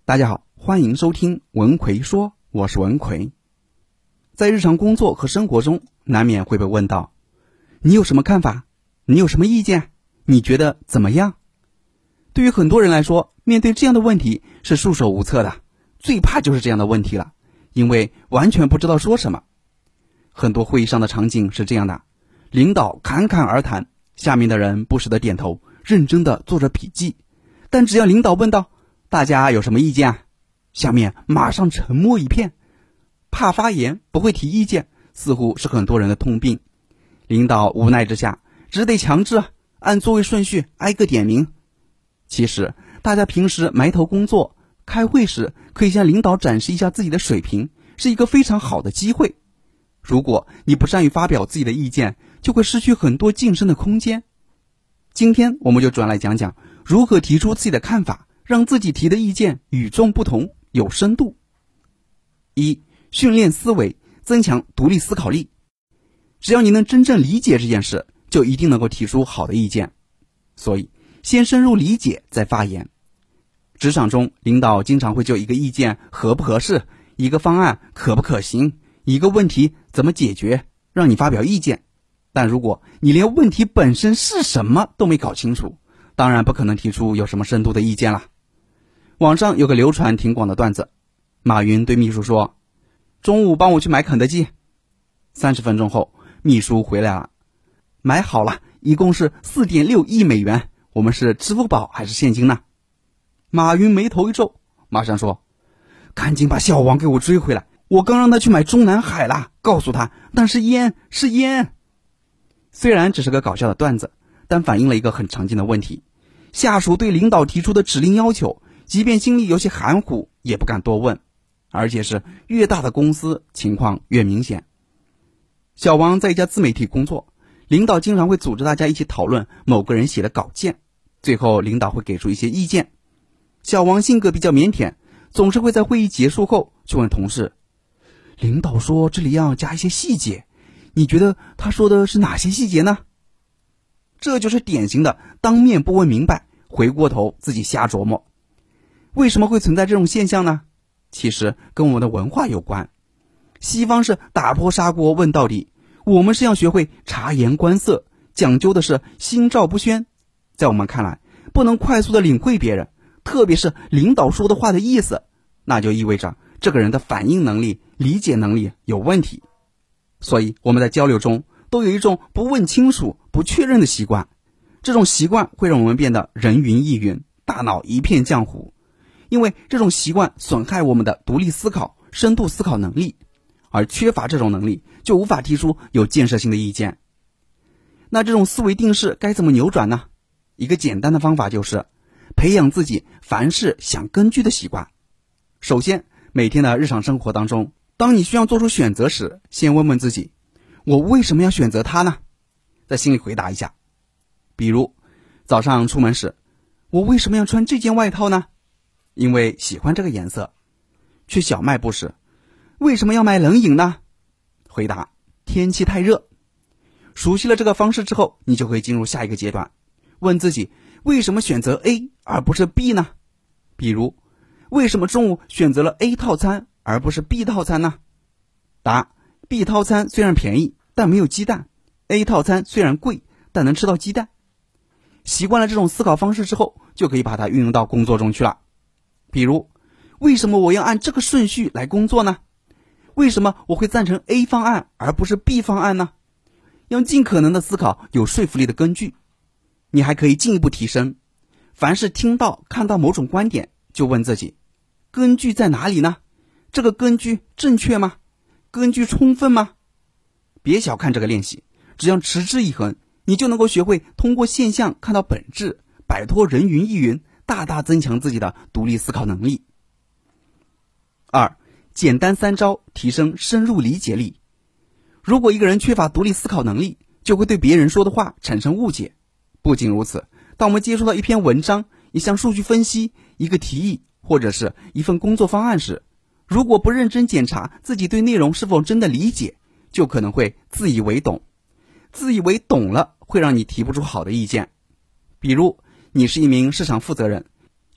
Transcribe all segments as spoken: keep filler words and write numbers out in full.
大家好，欢迎收听文奎说，我是文奎。在日常工作和生活中，难免会被问到，你有什么看法？你有什么意见？你觉得怎么样？对于很多人来说，面对这样的问题是束手无策的，最怕就是这样的问题了，因为完全不知道说什么。很多会议上的场景是这样的，领导侃侃而谈，下面的人不时地点头，认真地做着笔记，但只要领导问到大家有什么意见啊？下面马上沉默一片，怕发言不会提意见，似乎是很多人的通病。领导无奈之下，只得强制按座位顺序挨个点名。其实大家平时埋头工作，开会时可以向领导展示一下自己的水平，是一个非常好的机会。如果你不善于发表自己的意见，就会失去很多晋升的空间。今天我们就转来讲讲如何提出自己的看法，让自己提的意见与众不同，有深度。一、训练思维，增强独立思考力。只要你能真正理解这件事，就一定能够提出好的意见。所以，先深入理解再发言。职场中，领导经常会就一个意见合不合适，一个方案可不可行，一个问题怎么解决，让你发表意见。但如果你连问题本身是什么都没搞清楚，当然不可能提出有什么深度的意见了。网上有个流传挺广的段子，马云对秘书说，中午帮我去买肯德基。三十分钟后，秘书回来了，买好了，一共是 四点六亿美元，我们是支付宝还是现金呢？马云眉头一皱，马上说，赶紧把小王给我追回来，我刚让他去买中南海了，告诉他那是烟，是烟。虽然只是个搞笑的段子，但反映了一个很常见的问题，下属对领导提出的指令要求，即便心里有些含糊，也不敢多问，而且是越大的公司情况越明显。小王在一家自媒体工作，领导经常会组织大家一起讨论某个人写的稿件，最后领导会给出一些意见。小王性格比较腼腆，总是会在会议结束后去问同事，领导说这里要加一些细节，你觉得他说的是哪些细节呢？这就是典型的当面不问明白，回过头自己瞎琢磨。为什么会存在这种现象呢？其实跟我们的文化有关。西方是打破砂锅问到底，我们是要学会察言观色，讲究的是心照不宣。在我们看来，不能快速的领会别人，特别是领导说的话的意思，那就意味着这个人的反应能力、理解能力有问题。所以我们在交流中都有一种不问清楚、不确认的习惯，这种习惯会让我们变得人云亦云，大脑一片浆糊。因为这种习惯损害我们的独立思考、深度思考能力，而缺乏这种能力，就无法提出有建设性的意见。那这种思维定式该怎么扭转呢？一个简单的方法就是培养自己凡事想根据的习惯。首先，每天的日常生活当中，当你需要做出选择时，先问问自己，我为什么要选择它呢？在心里回答一下。比如，早上出门时，我为什么要穿这件外套呢？因为喜欢这个颜色。去小卖部时，为什么要买冷饮呢？回答，天气太热。熟悉了这个方式之后，你就可以进入下一个阶段，问自己为什么选择 A 而不是 B 呢？比如，为什么中午选择了 A 套餐而不是 B 套餐呢？答， B 套餐虽然便宜，但没有鸡蛋， A 套餐虽然贵，但能吃到鸡蛋。习惯了这种思考方式之后，就可以把它运用到工作中去了。比如，为什么我要按这个顺序来工作呢？为什么我会赞成 A 方案而不是 B 方案呢？要尽可能的思考有说服力的根据。你还可以进一步提升，凡是听到看到某种观点，就问自己，根据在哪里呢？这个根据正确吗？根据充分吗？别小看这个练习，只要持之以恒，你就能够学会通过现象看到本质，摆脱人云亦云，大大增强自己的独立思考能力。二、简单三招提升深入理解力。如果一个人缺乏独立思考能力，就会对别人说的话产生误解。不仅如此，当我们接触到一篇文章、一项数据分析、一个提议或者是一份工作方案时，如果不认真检查自己对内容是否真的理解，就可能会自以为懂。自以为懂了，会让你提不出好的意见。比如，你是一名市场负责人，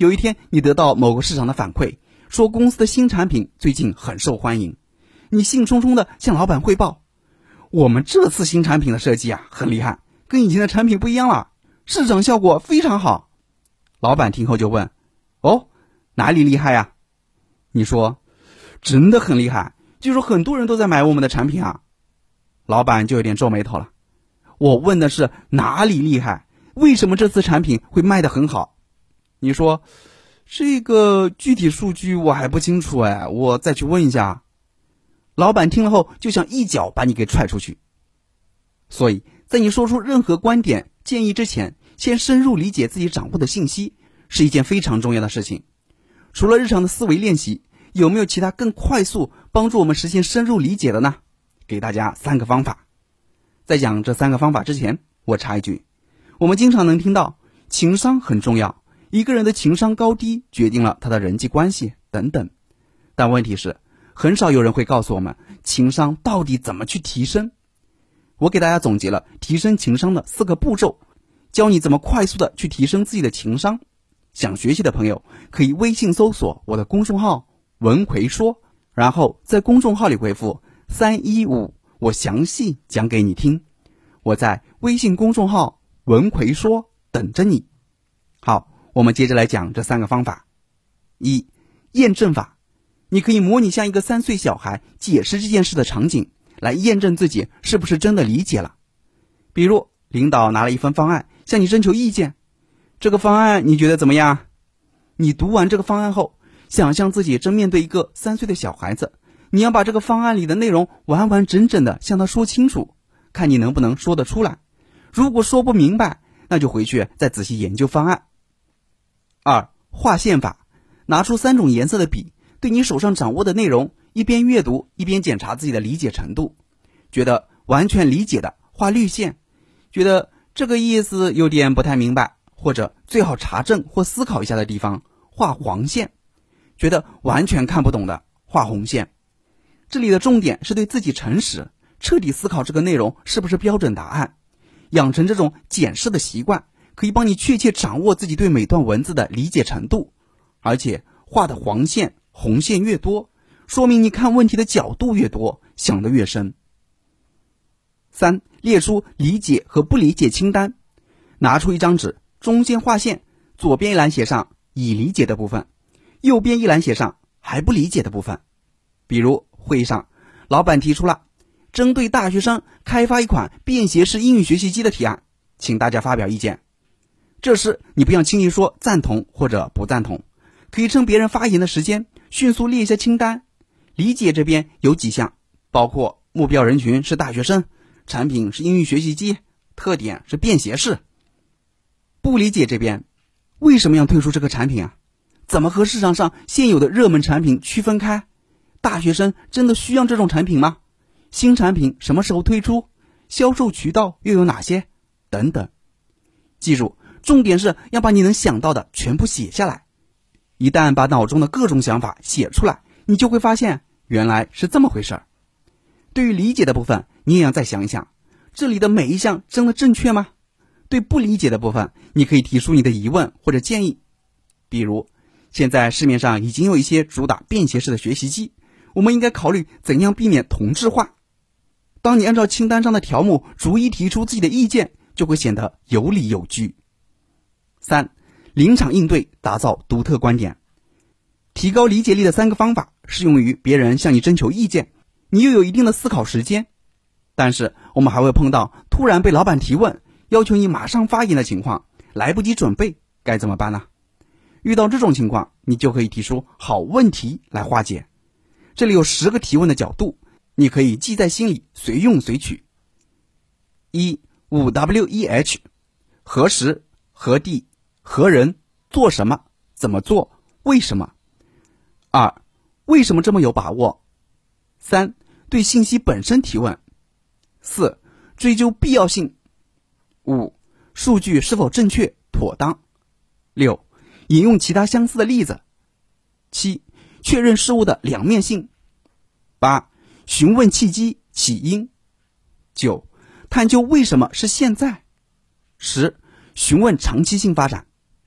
有一天你得到某个市场的反馈，说公司的新产品最近很受欢迎，你兴冲冲的向老板汇报，我们这次新产品的设计啊很厉害，跟以前的产品不一样了，市场效果非常好。老板听后就问，哦，哪里厉害呀？你说，真的很厉害，据说很多人都在买我们的产品啊。老板就有点皱眉头了，我问的是哪里厉害，为什么这次产品会卖得很好？你说，这个具体数据我还不清楚哎，我再去问一下。老板听了后就想一脚把你给踹出去。所以在你说出任何观点建议之前，先深入理解自己掌握的信息是一件非常重要的事情。除了日常的思维练习，有没有其他更快速帮助我们实现深入理解的呢？给大家三个方法。在讲这三个方法之前，我插一句，我们经常能听到情商很重要，一个人的情商高低决定了他的人际关系等等，但问题是很少有人会告诉我们情商到底怎么去提升。我给大家总结了提升情商的四个步骤，教你怎么快速的去提升自己的情商。想学习的朋友可以微信搜索我的公众号文奎说，然后在公众号里回复三一五，我详细讲给你听。我在微信公众号文奎说等着你。好，我们接着来讲这三个方法。一、验证法。你可以模拟像一个三岁小孩解释这件事的场景，来验证自己是不是真的理解了。比如领导拿了一份方案向你征求意见，这个方案你觉得怎么样？你读完这个方案后，想象自己正面对一个三岁的小孩子，你要把这个方案里的内容完完整整的向他说清楚，看你能不能说得出来。如果说不明白，那就回去再仔细研究方案。二、划线法。拿出三种颜色的笔，对你手上掌握的内容一边阅读一边检查自己的理解程度，觉得完全理解的画绿线，觉得这个意思有点不太明白，或者最好查证或思考一下的地方画黄线，觉得完全看不懂的画红线。这里的重点是对自己诚实，彻底思考这个内容是不是标准答案。养成这种检视的习惯，可以帮你确切掌握自己对每段文字的理解程度，而且画的黄线红线越多，说明你看问题的角度越多，想得越深。三、列出理解和不理解清单。拿出一张纸，中间画线，左边一栏写上已理解的部分，右边一栏写上还不理解的部分。比如会议上，老板提出了针对大学生开发一款便携式英语学习机的提案，请大家发表意见。这时你不要轻易说赞同或者不赞同，可以趁别人发言的时间迅速列一下清单。理解这边有几项，包括目标人群是大学生，产品是英语学习机，特点是便携式。不理解这边，为什么要推出这个产品啊？怎么和市场上现有的热门产品区分开？大学生真的需要这种产品吗？新产品什么时候推出？销售渠道又有哪些？等等。记住，重点是要把你能想到的全部写下来。一旦把脑中的各种想法写出来，你就会发现原来是这么回事儿。对于理解的部分，你也要再想一想，这里的每一项真的正确吗？对不理解的部分，你可以提出你的疑问或者建议。比如，现在市面上已经有一些主打便携式的学习机，我们应该考虑怎样避免同质化。当你按照清单上的条目逐一提出自己的意见，就会显得有理有据。三、临场应对，打造独特观点。提高理解力的三个方法适用于别人向你征求意见，你又有一定的思考时间。但是我们还会碰到突然被老板提问，要求你马上发言的情况，来不及准备，该怎么办呢？遇到这种情况，你就可以提出好问题来化解。这里有十个提问的角度，你可以记在心里，随用随取。一、五 W E H， 何时、何地、何人、做什么、怎么做、为什么。二、为什么这么有把握？三、对信息本身提问。四、追究必要性。五、数据是否正确妥当。六、引用其他相似的例子。七、确认事物的两面性。八、询问契机起因。九、探究为什么是现在。十、询问长期性发展。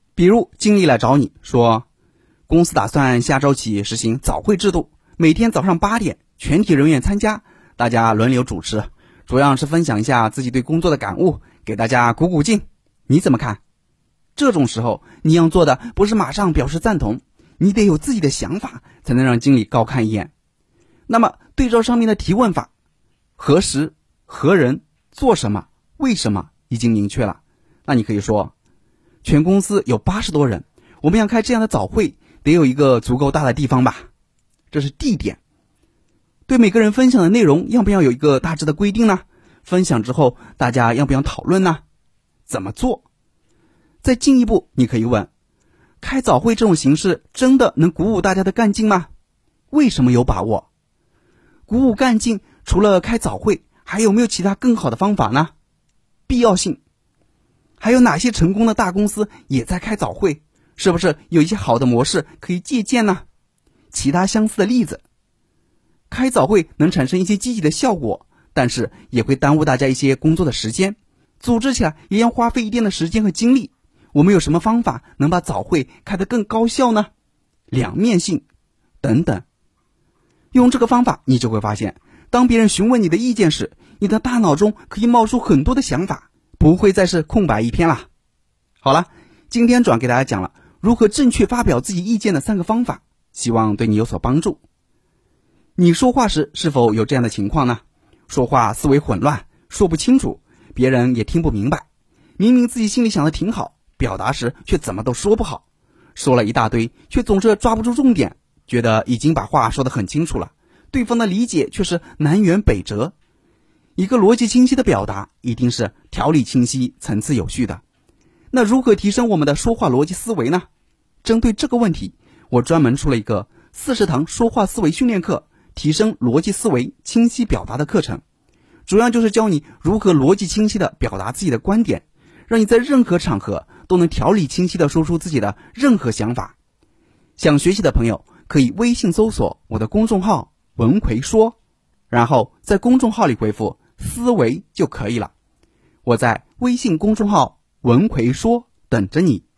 比如经理来找你说，公司打算下周起实行早会制度，每天早上八点全体人员参加，大家轮流主持，主要是分享一下自己对工作的感悟，给大家鼓鼓劲。你怎么看？这种时候你要做的不是马上表示赞同，你得有自己的想法，才能让经理高看一眼。那么对照上面的提问法，何时、何人、做什么、为什么已经明确了，那你可以说，全公司有八十多人，我们要开这样的早会，得有一个足够大的地方吧，这是地点。对每个人分享的内容要不要有一个大致的规定呢？分享之后大家要不要讨论呢？怎么做？再进一步你可以问，开早会这种形式真的能鼓舞大家的干劲吗？为什么有把握？鼓舞干劲除了开早会还有没有其他更好的方法呢？必要性，还有哪些成功的大公司也在开早会？是不是有一些好的模式可以借鉴呢？其他相似的例子。开早会能产生一些积极的效果，但是也会耽误大家一些工作的时间，组织起来也要花费一定的时间和精力。我们有什么方法能把早会开得更高效呢？两面性等等。用这个方法，你就会发现，当别人询问你的意见时，你的大脑中可以冒出很多的想法，不会再是空白一片了。好了，今天主要给大家讲了如何正确发表自己意见的三个方法，希望对你有所帮助。你说话时是否有这样的情况呢？说话思维混乱，说不清楚，别人也听不明白，明明自己心里想的挺好，表达时却怎么都说不好，说了一大堆，却总是抓不住重点，觉得已经把话说得很清楚了，对方的理解却是南辕北辙。一个逻辑清晰的表达一定是条理清晰、层次有序的。那如何提升我们的说话逻辑思维呢？针对这个问题，我专门出了一个四十堂说话思维训练课，提升逻辑思维、清晰表达的课程，主要就是教你如何逻辑清晰地表达自己的观点，让你在任何场合都能条理清晰地说出自己的任何想法。想学习的朋友可以微信搜索我的公众号文奎说，然后在公众号里回复思维就可以了。我在微信公众号文奎说等着你。